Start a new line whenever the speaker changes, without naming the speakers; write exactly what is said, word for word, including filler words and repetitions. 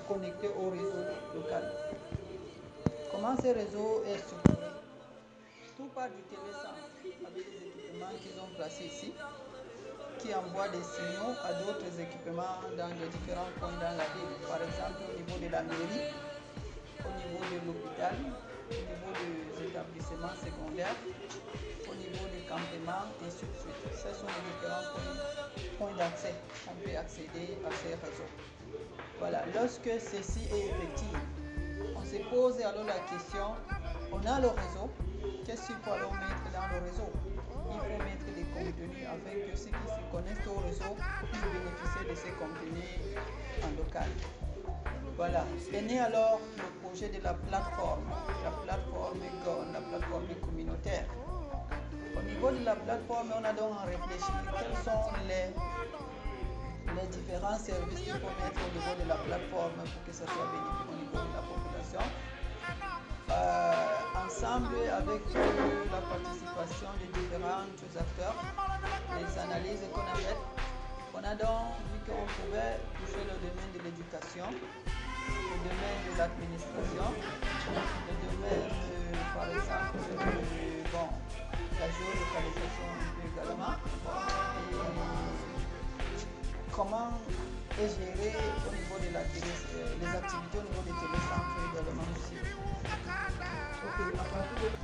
connectés au réseau local. Comment ce réseau est structuré? Tout part du télécentre avec les équipements qu'ils ont placés ici, qui envoient des signaux à d'autres équipements dans les différents points dans la ville. Par exemple, au niveau de la mairie, au niveau de l'hôpital, au niveau des établissements secondaires, au niveau des campements, et ainsi de suite. Ce sont les différents points, points d'accès. On peut accéder à ces réseaux. Voilà, lorsque ceci est effectif, on se pose alors la question, on a le réseau, qu'est-ce qu'il faut alors mettre dans le réseau? Il faut mettre des contenus afin que ceux qui se connectent au réseau puissent bénéficier de ces contenus en local. Voilà, est né alors le projet de la plateforme, la plateforme G O N, la plateforme communautaire. Au niveau de la plateforme, on a donc à réfléchir quels sont les, les différents services qu'il faut mettre au niveau de la plateforme pour que ça soit bénéfique au niveau de la population. Euh, ensemble avec euh, la participation des différents acteurs, les analyses qu'on a faites, on a donc vu qu'on pouvait toucher le domaine de l'éducation, le domaine de l'administration, le domaine, euh, par exemple, euh, bon, la géolocalisation également, et comment est géré au niveau de la télé, les activités au niveau des télécentres également aussi. Okay,